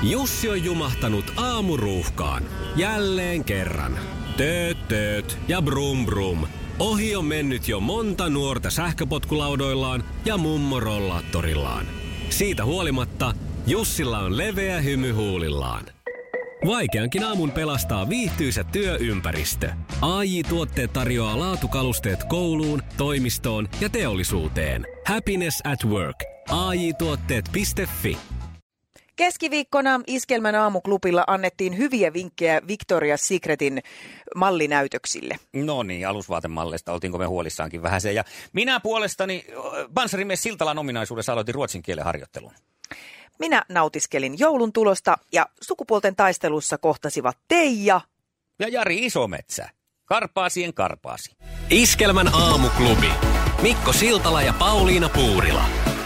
Jussi on jumahtanut aamuruuhkaan. Jälleen kerran. Tööt ja brum brum. Ohi on mennyt jo monta nuorta sähköpotkulaudoillaan ja mummorollaattorillaan. Siitä huolimatta Jussilla on leveä hymy huulillaan. Vaikeankin aamun pelastaa viihtyisä työympäristö. AJ-tuotteet tarjoaa laatukalusteet kouluun, toimistoon ja teollisuuteen. Happiness at work. AJ-tuotteet.fi. Keskiviikkona Iskelmän aamuklubilla annettiin hyviä vinkkejä Victoria's Secretin mallinäytöksille. No niin, alusvaatemalleista oltiinko me huolissaankin vähäsen. Ja minä puolestani panssarimies Siltalan ominaisuudessa aloitin ruotsin kielen harjoittelun. Minä nautiskelin joulun tulosta ja sukupuolten taistelussa kohtasivat Teija ja Jari Isometsä. Karpaasien karpaasi. Iskelmän aamuklubi. Mikko Siltala ja Pauliina Puurila.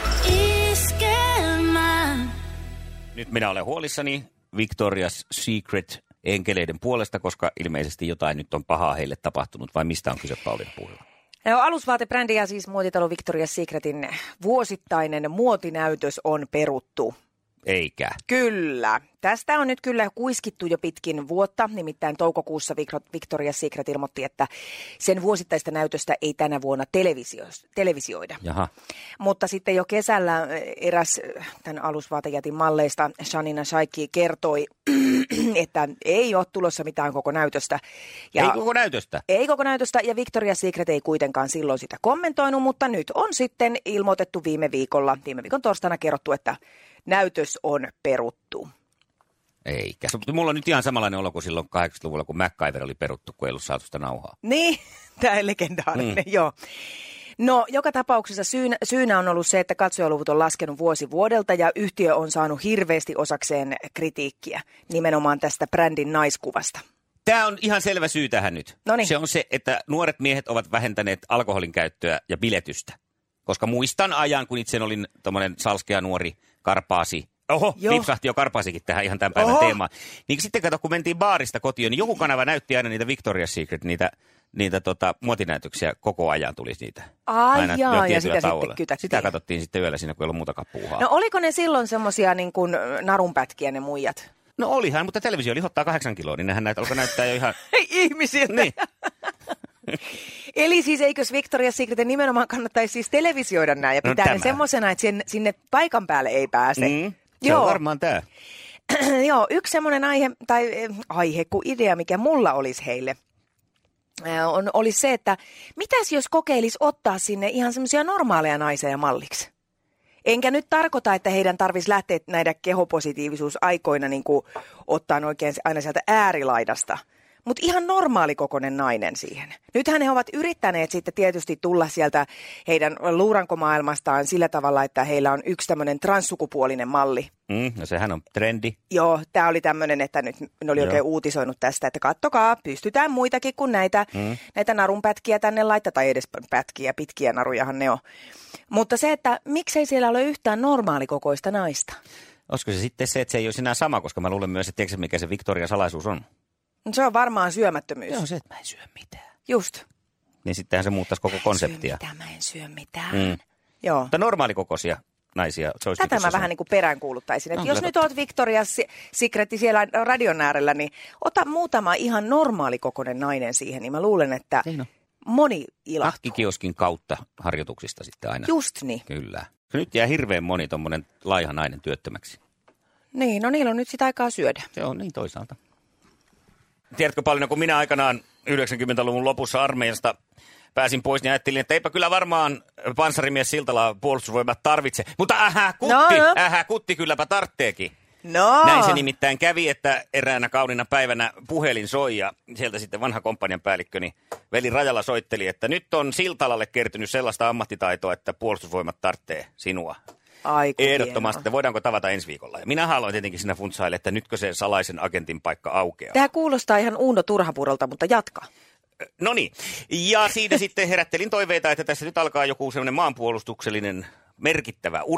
Nyt minä olen huolissani Victoria's Secret enkeleiden puolesta, koska ilmeisesti jotain nyt on pahaa heille tapahtunut. Vai mistä on kyse, Pauliina Puurila? No, alusvaatebrändi ja siis muotitalo Victoria's Secretin vuosittainen muotinäytös on peruttu. Eikä. Kyllä. Tästä on nyt kyllä kuiskittu jo pitkin vuotta. Nimittäin toukokuussa Victoria's Secret ilmoitti, että sen vuosittaista näytöstä ei tänä vuonna televisioida. Jaha. Mutta sitten jo kesällä eräs tämän alusvaatejätin malleista, Shanina Shaikki, kertoi, että ei ole tulossa mitään koko näytöstä. Ja ei koko näytöstä? Ei koko näytöstä, ja Victoria's Secret ei kuitenkaan silloin sitä kommentoinut, mutta nyt on sitten ilmoitettu viime viikon torstaina kerrottu, että näytös on peruttu. Eikä. Mulla on nyt ihan samanlainen olo kuin silloin 80-luvulla, kun MacGyver oli peruttu, kun ei ollut saatu sitä nauhaa. Niin, tämä legendaarinen, joo. No, joka tapauksessa syynä on ollut se, että katsojaluvut on laskenut vuosi vuodelta ja yhtiö on saanut hirveästi osakseen kritiikkiä nimenomaan tästä brändin naiskuvasta. Tämä on ihan selvä syy tähän nyt. Noniin. Se on se, että nuoret miehet ovat vähentäneet alkoholin käyttöä ja biletystä. Koska muistan ajan, kun itse olin tommonen salskea nuori karpaasi. Oho, lipsahti jo karpaasikin tähän ihan tämän päivän teemaan. Niin sitten kato, kun mentiin baarista kotiin, niin joku kanava näytti aina niitä Victoria's Secret, niitä muotinäytöksiä, koko ajan tuli niitä. Ai jaa, ja sitä tauolla. Sitten kytättiin. Sitä katsottiin sitten yöllä siinä, kun ei ollut muutakaan puuhaa. No oliko ne silloin semmoisia niin kuin narunpätkiä ne muijat? No olihan, mutta televisio lihottaa 8 kiloa, niin nehän alkoi näyttää jo ihan ihmisiltä. Niin. Eli siis eikös Victoria's Secret nimenomaan kannattaisi siis televisioida nämä ja pitää ne semmoisena, että sinne paikan päälle ei pääse. Se on varmaan tämä. Joo, yksi semmoinen idea, mikä mulla olisi heille, olisi se, että mitäs jos kokeilisi ottaa sinne ihan semmoisia normaaleja naisia malliksi? Enkä nyt tarkoita, että heidän tarvitsisi lähteä näitä kehopositiivisuusaikoina niin kuin ottaa oikein aina sieltä äärilaidasta. Mutta ihan normaalikokoinen nainen siihen. Nythän he ovat yrittäneet sitten tietysti tulla sieltä heidän luurankomaailmastaan sillä tavalla, että heillä on yksi tämmöinen transsukupuolinen malli. No sehän on trendi. Joo, tämä oli tämmöinen, että nyt ne oli oikein uutisoinut tästä, että kattokaa, pystytään muitakin kuin näitä narunpätkiä tänne laittaa, tai edes pätkiä, pitkiä narujahan ne on. Mutta se, että miksei siellä ole yhtään normaalikokoista naista? Olisiko se sitten se, että se ei ole enää sama, koska mä luulen myös, että tiedätkö mikä se Victorian salaisuus on? Se on varmaan syömättömyys. Joo, se, että mä en syö mitään. Just. Niin sittenhän se muuttaisi koko konseptia. Mä en syö mitään. Joo. Mutta normaalikokoisia naisia. Tätä mä vähän niin kuin peräänkuuluttaisin. Että jos nyt oot Victoria's Secret siellä radion äärellä, niin ota muutama ihan normaalikokoinen nainen siihen, niin mä luulen, että moni ilahtuu. Nakkikioskin kautta harjoituksista sitten aina. Just niin. Kyllä. Nyt jää hirveän moni tommonen laiha nainen työttömäksi. Niin, no niillä on nyt sitä aikaa syödä. Se on niin toisaalta. Tiedätkö paljon, kun minä aikanaan 90-luvun lopussa armeijasta pääsin pois, niin ajattelin, että eipä kyllä varmaan panssarimies Siltala puolustusvoimat tarvitse. Mutta kutti kylläpä tartteekin. No. Näin se nimittäin kävi, että eräänä kaunina päivänä puhelin soi ja sieltä sitten vanha komppanian päällikköni veli Rajala soitteli, että nyt on Siltalalle kertynyt sellaista ammattitaitoa, että puolustusvoimat tarvitsee sinua. Ehdottomasti, että voidaanko tavata ensi viikolla. Ja minä haluan tietenkin siinä funtsaille, että nytkö se salaisen agentin paikka aukeaa. Tämä kuulostaa ihan Uuno Turhapurolta, mutta jatka. No niin, ja siitä sitten herättelin toiveita, että tässä nyt alkaa joku semmoinen maanpuolustuksellinen merkittävä ura.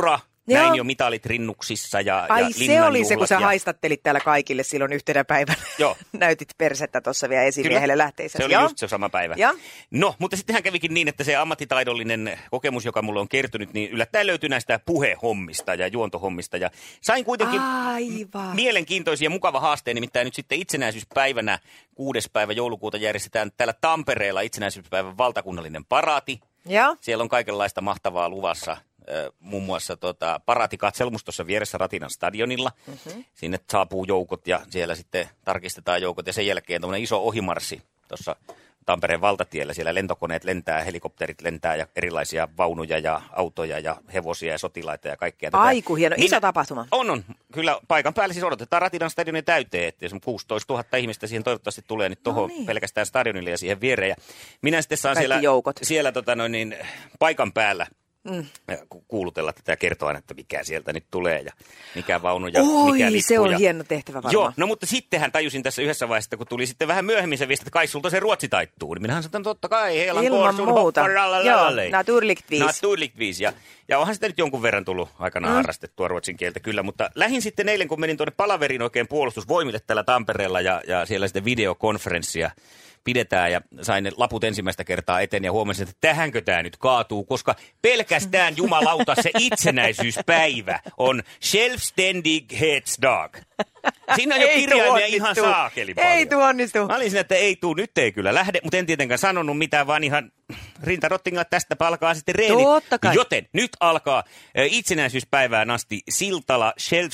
Näin jo mitalit rinnuksissa ja se oli se, kun sä haistattelit täällä kaikille silloin yhtenä päivänä. Joo. Näytit persettä tuossa vielä esimiehelle lähteessä. Se oli just se sama päivä. Ja. No, mutta sittenhän kävikin niin, että se ammattitaidollinen kokemus, joka mulle on kertynyt, niin yllättäen löytyi näistä puhehommista ja juontohommista. Ja sain kuitenkin mielenkiintoisia ja mukava haasteen, nimittäin nyt sitten itsenäisyyspäivänä 6. päivä joulukuuta järjestetään täällä Tampereella itsenäisyyspäivän valtakunnallinen paraati. Ja. Siellä on kaikenlaista mahtavaa luvassa. Muun muassa paraatikatselmus tuossa vieressä Ratinan stadionilla. Mm-hmm. Sinne saapuu joukot ja siellä sitten tarkistetaan joukot. Ja sen jälkeen tuommoinen iso ohimarssi tuossa Tampereen valtatiellä. Siellä lentokoneet lentää, helikopterit lentää ja erilaisia vaunuja ja autoja ja hevosia ja sotilaita ja kaikkea. Aiku hieno, iso tapahtuma. On. Kyllä paikan päällä siis odotetaan Ratinan stadionin täyteen. Että jos 16 000 ihmistä siihen toivottavasti tulee nyt tuohon pelkästään stadionille ja siihen viereen. Ja minä sitten saan siellä paikan päällä kuulutella tätä ja kertoa, että mikä sieltä nyt tulee ja mikä vaunu ja mikä lippu. Se on hieno tehtävä varmaan. Joo, no mutta sittenhän tajusin tässä yhdessä vaiheessa, kun tuli sitten vähän myöhemmin se viesti, että kai sulta se ruotsi taittuu. Niin minähän sanoin, totta kai, ilman muuta. Joo, naturligtvis. Ja onhan sitä nyt jonkun verran tullut aikanaan harrastettua ruotsin kieltä kyllä, mutta lähdin sitten eilen, kun menin tuonne palaveriin oikein puolustusvoimille täällä Tampereella ja siellä sitten videokonferenssia pidetään ja sain ne laput ensimmäistä kertaa eteen ja huomasin, että tähänkö tämä nyt kaatuu, koska pelkästään jumalauta se itsenäisyyspäivä on Självständighetsdag. Siinä on jo kirjaimia ihan saakeli paljon. Ei onnistu. Mä olin siinä, että ei tuu, nyt ei kyllä lähde, mutta en tietenkään sanonut mitään, vaan ihan rintarottingilla tästä alkaa sitten reenit. Joten nyt alkaa itsenäisyyspäivään asti Siltala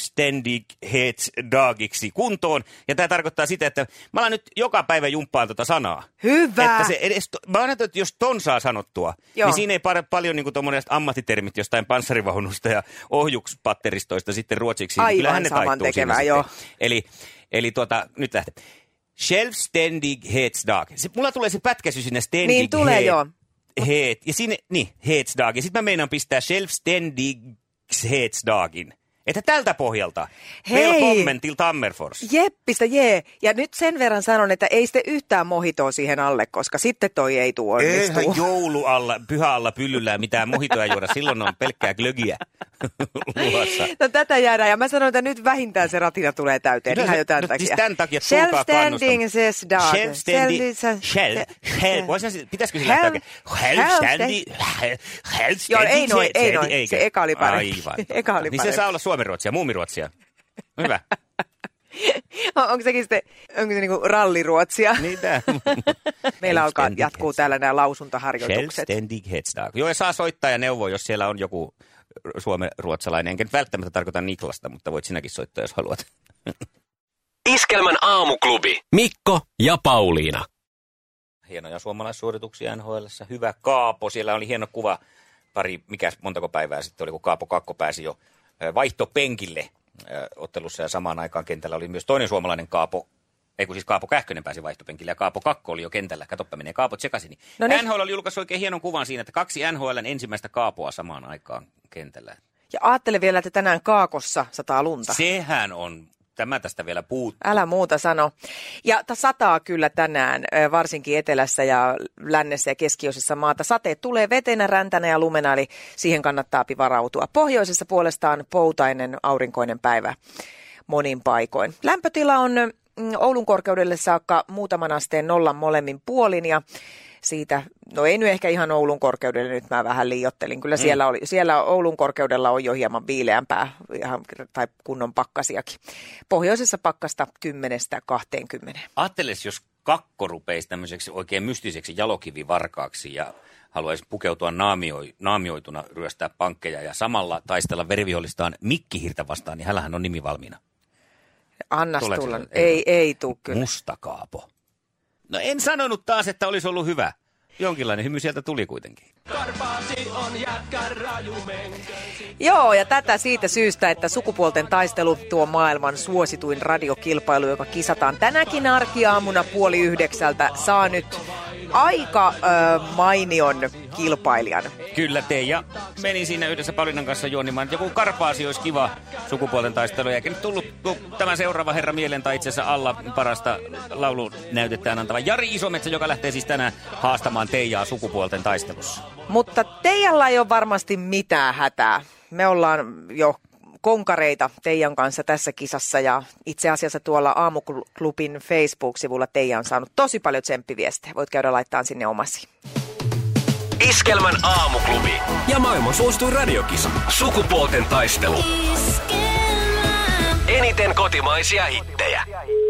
Självständighetsdagiksi kuntoon. Ja tämä tarkoittaa sitä, että mä alan nyt joka päivä jumppaan tuota sanaa. Hyvä! Että se edes, mä ajattelin, että jos ton saa sanottua, niin siinä ei paljon niin kuin tommoinen ammattitermit jostain panssarivaunusta ja ohjukspatteristoista sitten ruotsiksi. Aivan samantekevää, joo. Eli nyt lähtee. Självständighetsdag. Mulla tulee se pätkäsy sinne niin tulee joo. Ja sinne, hetsdag. Ja sitten mä meinaan pistää Självständighetsdagin. Että tältä pohjalta. Välkommen till Tammerfors. Jeppistä jee. Ja nyt sen verran sanon, että ei sitten yhtään mohitoa siihen alle, koska sitten toi ei tuu onnistua. Eihän joulu alla, pyhä alla pyllyllään mitään mohitoa juoda. Silloin on pelkkää glögiä luvassa. No tätä jäädään. Ja mä sanon, että nyt vähintään se ratina tulee täyteen. Ihan jo tämän takia. Siis tämän takia tulkaa kannustamaan. Pitäisikö se lähteä oikein? Joo, ei noin. Se eka oli parempi. Aivan. Niin se saa olla suomenruotsia, muumiruotsia. Hyvä. Onko se niinku ralliruotsia? Niitä. Meillä jatkuu täällä nämä lausuntoharjoitukset. Joo, ja saa soittaa ja neuvoa, jos siellä on joku suomenruotsalainen. Enkä nyt välttämättä tarkoita Niklasta, mutta voit sinäkin soittaa, jos haluat. Iskelmän aamuklubi. Mikko ja Pauliina. Hienoja suomalaissuorituksia NHL:ssä. Hyvä Kaapo. Siellä oli hieno kuva montako päivää sitten oli, kun Kaapo Kakko pääsi jo vaihtopenkille ottelussa ja samaan aikaan kentällä oli myös toinen suomalainen Kaapo, Kaapo Kähkönen pääsi vaihtopenkille ja Kaapo Kakko oli jo kentällä. Katoppa, menee Kaapot sekaisin. No niin. NHL oli julkaissut oikein hienon kuvan siinä, että 2 NHL:n ensimmäistä Kaapoa samaan aikaan kentällä. Ja ajattele vielä, että tänään Kaakossa sataa lunta. Sehän on. Tämä tästä vielä puuttuu. Älä muuta sano. Ja sataa kyllä tänään, varsinkin etelässä ja lännessä ja keskiosissa maata. Sateet tulee vetenä, räntänä ja lumena, eli siihen kannattaa varautua. Pohjoisessa puolestaan poutainen aurinkoinen päivä monin paikoin. Lämpötila on Oulun korkeudelle saakka muutaman asteen nollan molemmin puolin ja siitä, no ei nyt ehkä ihan Oulun korkeudelle, nyt mä vähän liioittelin. Kyllä siellä Oulun korkeudella on jo hieman viileämpää tai kunnon pakkasiakin. Pohjoisessa pakkasta 10-20. Ajatteles, jos Kakko rupeisi tämmöiseksi oikein mystiseksi jalokivivarkaaksi ja haluaisi pukeutua naamioituna, ryöstää pankkeja ja samalla taistella verivihollistaan Mikkihirtä vastaan, niin hänellähän on nimi valmiina. Annas tulla. Ei tuu kyllä. Musta Kaapo. No en sanonut taas, että olisi ollut hyvä. Jonkinlainen hymy sieltä tuli kuitenkin. Karpaasi on jätkä rajumenkösi. Joo, ja tätä siitä syystä, että Sukupuolten taistelu, tuo maailman suosituin radiokilpailu, joka kisataan tänäkin arkiaamuna 8:30, saa nyt aika mainion kilpailijan. Kyllä, Teija meni siinä yhdessä Pauliinan kanssa juonimaan. Joku Karpaasi olisi kiva Sukupuolten taistelu. Eikä nyt tullut tämä seuraava herra mieleen, tai itse asiassa alla parasta laulunäytettään antava Jari Isometsä, joka lähtee siis tänään haastamaan Teijaa Sukupuolten taistelussa. Mutta Teijalla ei ole varmasti mitään hätää. me ollaan jo konkareita Teijan kanssa tässä kisassa ja itse asiassa tuolla Aamuklubin Facebook-sivulla Teija on saanut tosi paljon tsemppiviestejä. Voit käydä laittaa sinne omasi. Iskelmän aamuklubi ja maailman suosituin radiokisa. Sukupuolten taistelu. Eniten kotimaisia hittejä.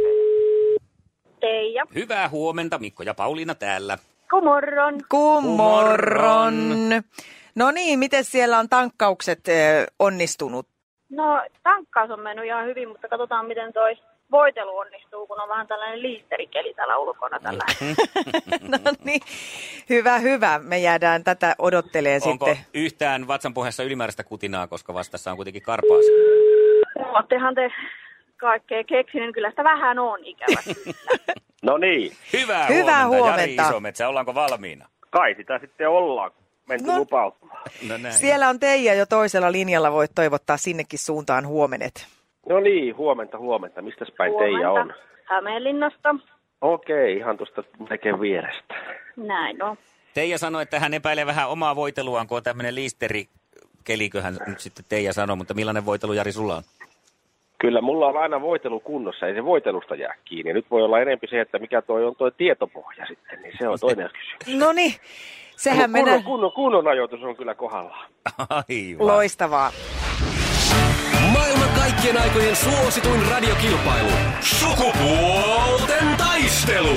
Teija. Hyvää huomenta, Mikko ja Pauliina täällä. Kumorron. Kumorron. No niin, miten siellä on tankkaukset onnistunut? No, tankkaus on mennyt ihan hyvin, mutta katsotaan miten toi voitelu onnistuu, kun on vähän tällainen liisterikeli täällä ulkona tällä. No niin, hyvä. Me jäädään tätä odottelemaan sitten. Onko yhtään vatsanpohjassa ylimääräistä kutinaa, koska vastassa on kuitenkin karpaasi? Oottehan te kaikkea keksinyt, kyllä sitä vähän on ikävä. No niin. Hyvää huomenta. Jari Isometsä, ollaanko valmiina? Kai sitä sitten ollaan, menty lupautumaan. No näin. Siellä on Teija jo toisella linjalla, voit toivottaa sinnekin suuntaan huomenet. No niin, huomenta. Mistäs päin Teija on? Hämeenlinnasta. Okei, ihan tuosta melkein vierestä. Näin on. Teija sanoi, että hän epäilee vähän omaa voiteluaan, kun on tämmöinen liisterikeliköhän nyt sitten Teija sanoi, mutta millainen voitelu Jari sulla on? Kyllä, mulla on aina voitelu kunnossa, ei se voitelusta jää kiinni. Nyt voi olla enemmän se, että mikä on toi tietopohja sitten, niin se on toinen kysymys. No niin, sehän menee. Kunnon ajoitus on kyllä kohdallaan. Aivan. Loistavaa. Maailman kaikkien aikojen suosituin radiokilpailu. Sukupuolten taistelu.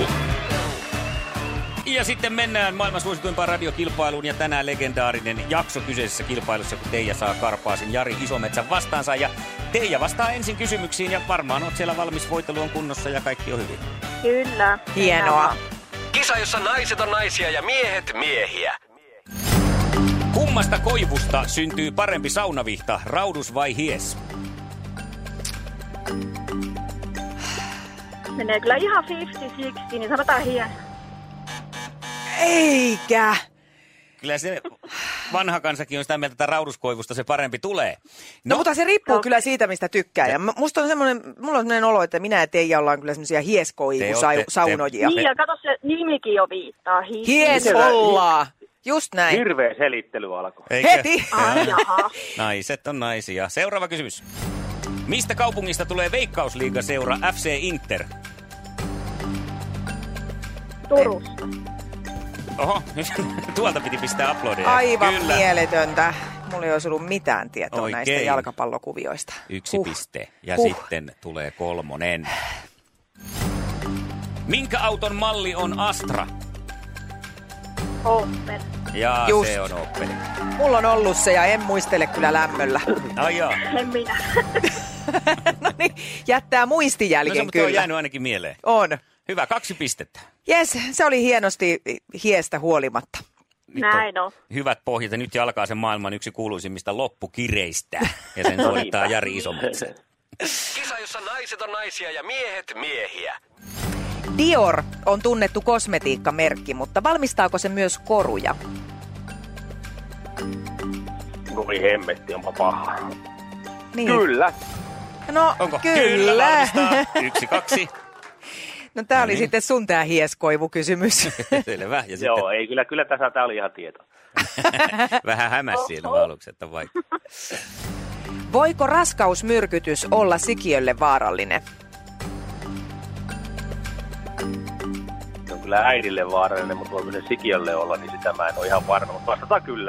Ja sitten mennään maailman suosituimpaan radiokilpailuun ja tänään legendaarinen jakso kyseisessä kilpailussa, kun Teija saa karpaasin Jari Isometsän vastaansa. Ja Teija vastaa ensin kysymyksiin ja varmaan oot siellä valmis, voitelu on kunnossa ja kaikki on hyvin. Kyllä. Hienoa. Kisa, jossa naiset on naisia ja miehet miehiä. Kummasta koivusta syntyy parempi saunavihta, raudus vai hies? Menee kyllä ihan 50-60, niin sanotaan hieno. Eikä. Kyllä se vanha kansakin on sitä mieltä, että rauduskoivusta se parempi tulee. No mutta se riippuu kyllä siitä, mistä tykkää. Ja musta on mulla on semmoinen olo, että minä ja Teija ollaan kyllä semmoisia hieskoivusaunojia. Niin, ja kato se nimikin jo viittaa. Hies ollaan. Just näin. Hirveä selittely alkoi. Heti. Jaha. Naiset on naisia. Seuraava kysymys. Mistä kaupungista tulee Veikkausliigaseura FC Inter? Turusta. Oho, nyt tuolta piti pistää uploadia. Aivan Kyllä. mieletöntä. Mulla ei olisi ollut mitään tietoa Oikein. näistä jalkapallokuvioista. 1 piste. Ja sitten tulee 3. Minkä auton malli on Astra? Opel. Ja Just. se on Opel. Mulla on ollut se ja en muistele kyllä lämmöllä. Ai jaa. En minä. No niin, jättää muistijäljen No se kyllä. on jäänyt ainakin mieleen. On. Hyvä, 2 pistettä. Jes, se oli hienosti hiestä huolimatta. Nyt Näin on. Hyvät pohjat ja nyt alkaa sen maailman yksi kuuluisimmista loppukireistä. Ja sen suorittaa Jari Isometsä. Kisa, jossa naiset on naisia ja miehet miehiä. Dior on tunnettu kosmetiikkamerkki, mutta valmistaako se myös koruja? Voi hemmetti, onpa paha. Niin. Kyllä. No Onko? kyllä. Valmistaa. 1-2. No tää oli niin. sitten sun tää hieskoivukysymys. Selvä. Ja sitten Joo, ei kyllä tässä tää oli ihan tieto. vähän hämäs siellä aluksi, että vaikka. Voiko raskausmyrkytys olla sikiölle vaarallinen? Se on kyllä äidille vaarallinen, mutta voiko se sikiölle olla, niin sitä mä en ole ihan varma. Mutta vastataan kyllä.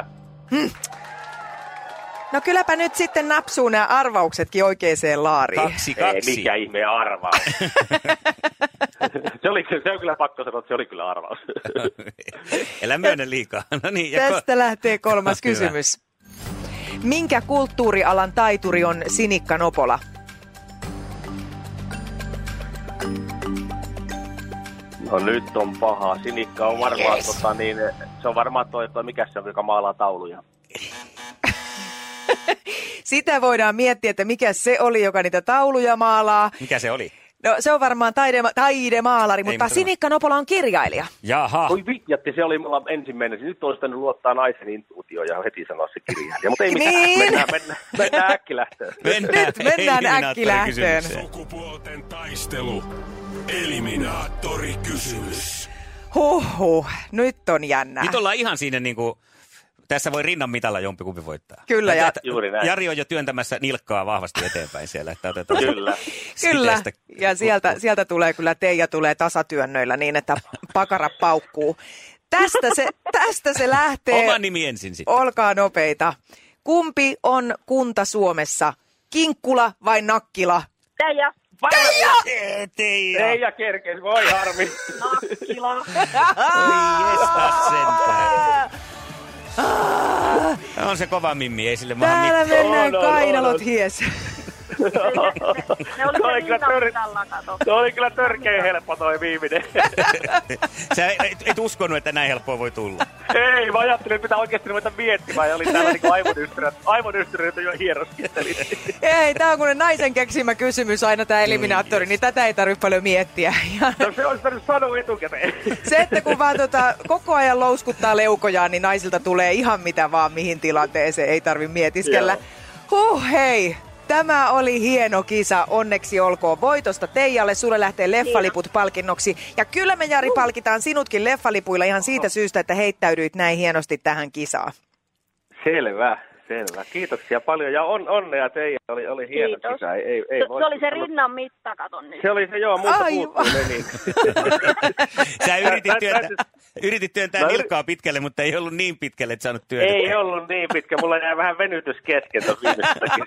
No kylläpä nyt sitten napsuu nämä arvauksetkin oikeeseen laariin. 2-2. Ei mikä ihme arvaus. se on kyllä pakko sanoa, että se oli kyllä arvaus. Älä myönnä liikaa. No niin, Tästä lähtee 3. Hyvä. kysymys. Minkä kulttuurialan taituri on Sinikka Nopola? No nyt on paha. Sinikka on varmaan, se on varmaan toi mikä se on, joka maalaa tauluja. Sitä voidaan miettiä, että mikä se oli, joka niitä tauluja maalaa. Mikä se oli? No se on varmaan taidemaalari, mutta mutta- Sinikka Nopola on kirjailija. Jaha. Oi vitjatti, se oli mulla ensimmäinen. Nyt olisi pitänyt luottaa naisen intuutioon ja heti sanoa se kirjailija. Mutta ei mitään, Niin. mennään äkkilähtöön. Nyt mennään äkkilähtöön. Sukupuolten taistelu. Eliminaattorikysymys. Huhhuh, nyt on jännä. Nyt ollaan ihan siinä niinku Tässä voi rinnan mitalla jompikumpi voittaa. Kyllä, ja juuri näin. Jari on jo työntämässä nilkkaa vahvasti eteenpäin siellä, että otetaan Kyllä. Kyllä, ja sieltä tulee kyllä Teija tulee tasatyönnöillä niin, että pakara paukkuu. Tästä se lähtee. Oma nimi ensin sitten. Olkaa nopeita. Kumpi on kunta Suomessa? Kinkkula vai Nakkila? Teija. Teija kerkesi, voi harmi. Nakkila. Ei estä sentään. On se kova mimmi, ei sille maha Täällä mitään. mennään kainalot hies. Ne oli se rinnamitalla, kato. Se oli kyllä törkeä helppo toi viimeinen. Sä et uskonut, että näin helppoa voi tulla. Ei, mä ajattelin, että pitää oikeasti ruveta miettimään. Ja oli täällä niinku aivonystyrät jo hieroskettelin. Ei, tää on kun naisen keksimä kysymys aina tää eliminaattori, niin tätä ei tarvitse paljon miettiä. Ja No se olisi tarvitse sanoa etukäteen. se, että kun vaan koko ajan louskuttaa leukojaan, niin naisilta tulee ihan mitä vaan mihin tilanteeseen, ei tarvi mietiskellä. Hei! Tämä oli hieno kisa. Onneksi olkoon voitosta Teijalle. Sulle lähtee leffaliput palkinnoksi. Ja kyllä me, Jari, palkitaan sinutkin leffalipuilla ihan siitä syystä, että heittäydyit näin hienosti tähän kisaan. Selvä. Kiitoksia paljon ja onnea Teija. Oli hieno Kiitos. kisa. Ei Se oli se rinnan mitta, kato niin. Se oli se, joo, muuta Aivan. puuttuu ne niin. Sä yritit työntää nilkkaa pitkälle, mutta ei ollut niin pitkälle, että saanut työtä. Ei ollut niin pitkä. Mulla jäi vähän venytys kesken tuossa viimeisestäkin.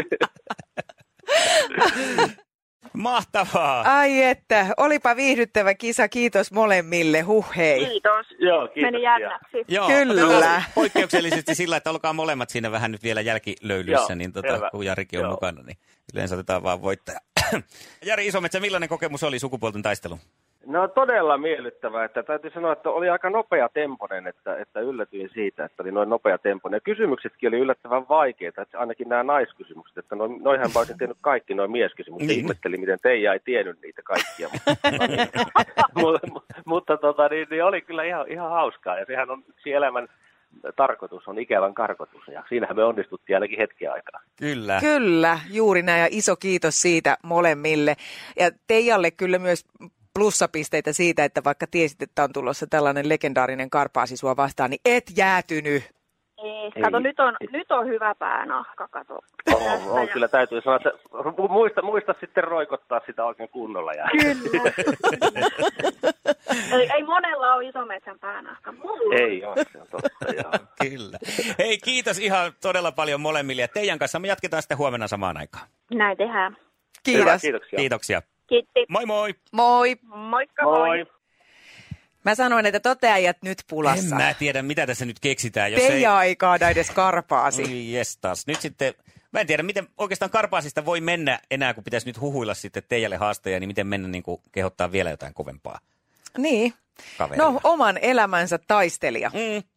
Mahtavaa. Ai että, olipa viihdyttävä kisa. Kiitos molemmille. Hei. Kiitos. Joo, kiitoksia. Meni jännäksi. Joo, Kyllä. otetaan poikkeuksellisesti sillä, että olkaa molemmat siinä vähän nyt vielä jälkilöylyissä, Joo, niin selvä. kun Jarikin on Joo. mukana, niin yleensä otetaan vaan voittaja. Jari Isometsä, millainen kokemus oli sukupuolten taistelu? No todella miellyttävää, että täytyy sanoa, että oli aika nopea temponen, että yllätyin siitä, että oli noin nopea temponen. Ja kysymyksetkin oli yllättävän vaikeita, että ainakin nämä naiskysymykset, että noihän mä olisin tehnyt kaikki noin mieskysymykset. Niin. Ihmettelin, miten Teija ei tiennyt niitä kaikkia. Mutta niin oli kyllä ihan hauskaa ja sehän on yksi elämän tarkoitus, on ikävän karkotus ja siinähän me onnistuttiin ainakin hetken aikaa. Kyllä. Kyllä, juuri näin ja iso kiitos siitä molemmille. Ja Teijalle kyllä myös plussapisteitä siitä, että vaikka tiesit, että on tulossa tällainen legendaarinen karpaasi sua vastaan, niin et jäätynyt. Ei, kato, nyt on hyvä päänahka, kato. On kyllä, täytyy sanoa, että muista sitten roikottaa sitä oikein kunnolla. Ja. Kyllä. ei monella ole Isometsän päänahka. Mulla. Ei ole, se on totta, joo. Kyllä. Hei, kiitos ihan todella paljon molemmille. Ja Teijan kanssa me jatketaan sitten huomenna samaan aikaan. Näin tehdään. Kiitos. Hyvä, kiitoksia. Kiitoksia. Kiitti. Moi moi. Moi. Moikka Moi. Mä sanoin, että toteajat nyt pulassa. En mä tiedä, mitä tässä nyt keksitään. Jos Teija ei kaada edes karpaasi. Oi jestas. Nyt sitten, mä en tiedä, miten oikeastaan karpaasista voi mennä enää, kun pitäisi nyt huhuilla sitten Teijalle haastaja, niin miten mennä niin kuin kehottaa vielä jotain kovempaa Niin. kaveria. No, oman elämänsä taistelija.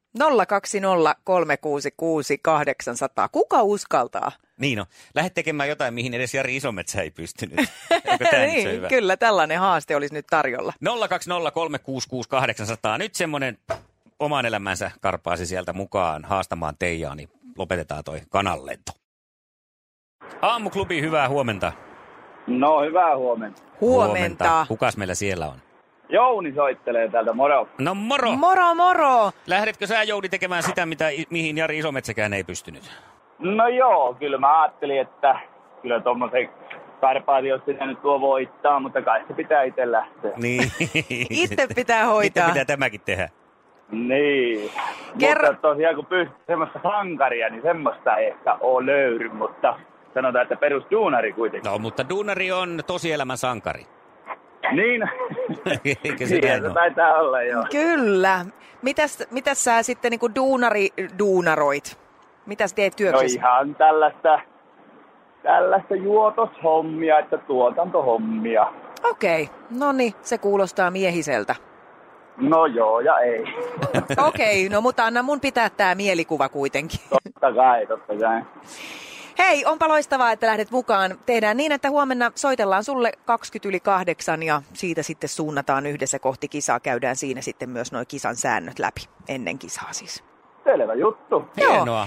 020366800. Kuka uskaltaa? Niin no, lähde tekemään jotain, mihin edes Jari Isometsä ei pystynyt. Eikö tämä nyt se hyvä? Kyllä, tällainen haaste olisi nyt tarjolla. 020366800. Nyt semmoinen oman elämänsä karpaasi sieltä mukaan haastamaan Teijaa, niin lopetetaan toi kananlento. Aamuklubi, hyvää huomenta. No, hyvää huomenta. Huomenta. Kukas meillä siellä on? Jouni soittelee täältä, moro. No moro. Moro, moro. Lähdetkö sä, Jouni, tekemään sitä, mihin Jari Isometsäkään ei pystynyt? No joo, kyllä mä ajattelin, että kyllä tommosen Karpaati olisi pitänyt tuo voittaa, mutta kai se pitää itse lähteä. Niin. Itse pitää hoitaa. Itse pitää tämäkin tehdä. Niin. Kerro- Mutta tosiaan kun pystyy semmoista sankaria, niin semmoista ei ehkä ole löydy, mutta sanotaan, että perusduunari kuitenkin. No, mutta duunari on tosielämän sankari. Niin. Eikö se Niin, näin se ole? taitaa olla, joo. Kyllä. Mitäs sä sitten niin kuin duunaroit? Mitäs teet No työksessä? ihan tällaista juotoshommia, että tuotantohommia. Okei, no niin, se kuulostaa miehiseltä. No joo ja ei. Okei, no mutta anna mun pitää tää mielikuva kuitenkin. Totta kai. Hei, onpa loistavaa, että lähdet mukaan. Tehdään niin, että huomenna soitellaan sulle 7:20 ja siitä sitten suunnataan yhdessä kohti kisaa. Käydään siinä sitten myös nuo kisan säännöt läpi, ennen kisaa siis. Selvä juttu. Hienoa.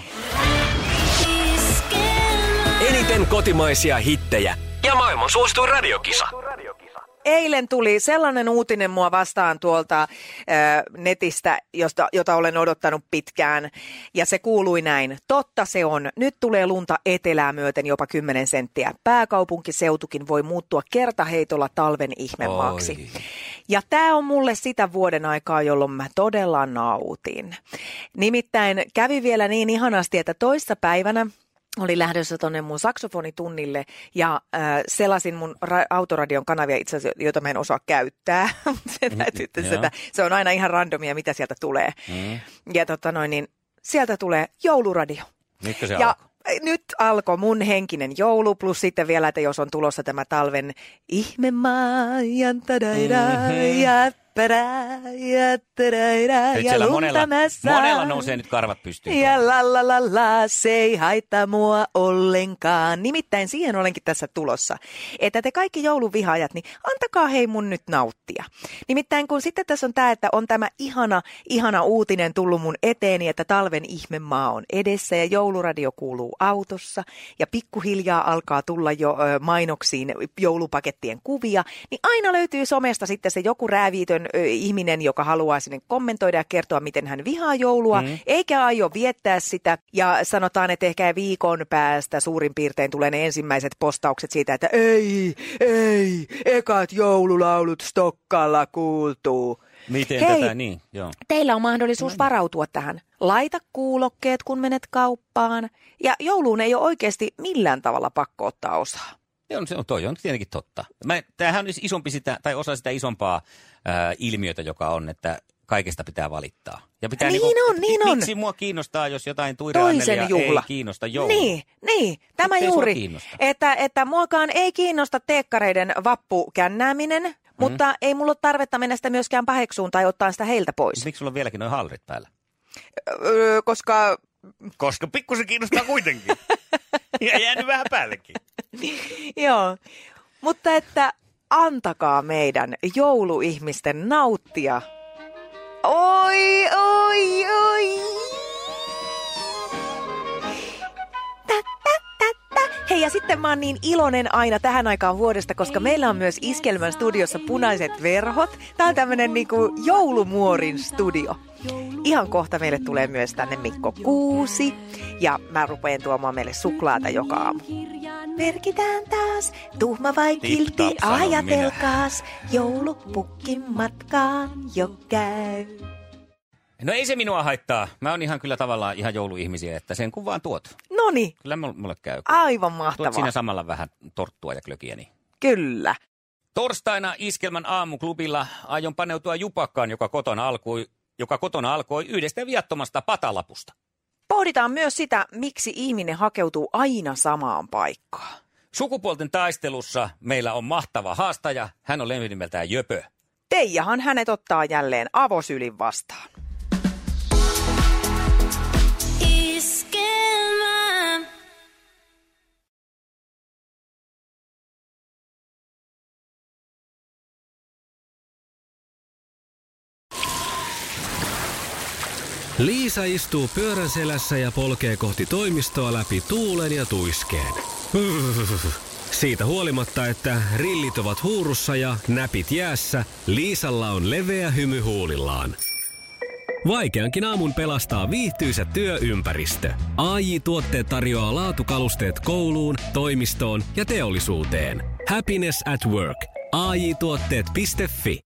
Eniten kotimaisia hittejä ja maailman suosituin radiokisa. eilen tuli sellainen uutinen mua vastaan tuolta netistä, jota olen odottanut pitkään. Ja se kuului näin. Totta se on. Nyt tulee lunta etelää myöten jopa 10 senttiä. Pääkaupunkiseutukin voi muuttua kertaheitolla talven ihmemaaksi. Ja tämä on mulle sitä vuoden aikaa, jolloin mä todella nautin. Nimittäin kävi vielä niin ihanasti, että toissa päivänä oli lähdössä tuonne mun saksofonitunnille ja selasin mun autoradion kanavia itse asiassa, jota mä en osaa käyttää. Se on aina ihan randomia, mitä sieltä tulee. Ja niin sieltä tulee jouluradio. Nytkö se alkoi? Nyt alkoi mun henkinen joulu, plus sitten vielä, että jos on tulossa tämä talven ihmemaa, ja monella nousee nyt karvat pystyyn. Ja se ei haittaa mua ollenkaan. Nimittäin siihen olenkin tässä tulossa, että te kaikki jouluvihaajat, niin antakaa hei mun nyt nauttia. Nimittäin kun sitten tässä on tämä, että on tämä ihana uutinen tullut mun eteeni, että talven ihmemaa on edessä ja jouluradio kuuluu autossa ja pikkuhiljaa alkaa tulla jo mainoksiin joulupakettien kuvia, niin aina löytyy somesta sitten se joku rääviitön ihminen, joka haluaa sinne kommentoida ja kertoa, miten hän vihaa joulua, eikä aio viettää sitä. Ja sanotaan, että ehkä viikon päästä suurin piirtein tulee ne ensimmäiset postaukset siitä, että ei, ekat joululaulut Stokkalla kuultuu. Miten hei, tätä niin? Joo. Teillä on mahdollisuus varautua tähän. Laita kuulokkeet, kun menet kauppaan. Ja jouluun ei ole oikeasti millään tavalla pakko ottaa osaa. Toi on tietenkin totta. Tämähän on isompi sitä, tai osa sitä isompaa ilmiötä, joka on, että kaikesta pitää valittaa. Ja pitää miksi mua kiinnostaa, jos jotain Tuire-Annelia ei kiinnosta joulu? Niin, tämä juuri, että muakaan ei kiinnosta teekkareiden vappukännääminen, mutta ei mulla ole tarvetta mennä sitä myöskään paheksuun tai ottaa sitä heiltä pois. Miksi sulla on vieläkin noin halrit päällä? Koska pikkusen kiinnostaa kuitenkin. Ja jäänyt vähän päällekin. Joo, mutta että antakaa meidän jouluihmisten nauttia. Oi. Hei, ja sitten mä oon niin iloinen aina tähän aikaan vuodesta, koska meillä on myös Iskelmän studiossa punaiset verhot. Tää on tämmönen niinku joulumuorin studio. Ihan kohta meille tulee myös tänne Mikko Kuusi. Ja mä rupean tuomaan meille suklaata joka aamu. Merkitään taas, tuhma vai kiltti, ajatelkaas. Joulupukkin matkaan jo käy. No ei se minua haittaa. Mä oon ihan kyllä tavallaan ihan jouluihmisiä, että sen kun vaan tuot. Noniin. Kyllä mulle käy. Aivan mahtavaa. Tuot siinä samalla vähän torttua ja klökiä. Niin. Kyllä. Torstaina Iskelmän aamuklubilla aion paneutua jupakkaan, joka kotona alkoi yhdestä viattomasta patalapusta. Pohditaan myös sitä, miksi ihminen hakeutuu aina samaan paikkaan. Sukupuolten taistelussa meillä on mahtava haastaja. Hän on lempinimeltään Jöpö. Teijahan hänet ottaa jälleen avosylin vastaan. Liisa istuu pyörän selässä ja polkee kohti toimistoa läpi tuulen ja tuiskeen. Siitä huolimatta, että rillit ovat huurussa ja näpit jäässä, Liisalla on leveä hymy huulillaan. Vaikeankin aamun pelastaa viihtyisä työympäristö. AJ-tuotteet tarjoaa laatukalusteet kouluun, toimistoon ja teollisuuteen. Happiness at work. AJ-tuotteet.fi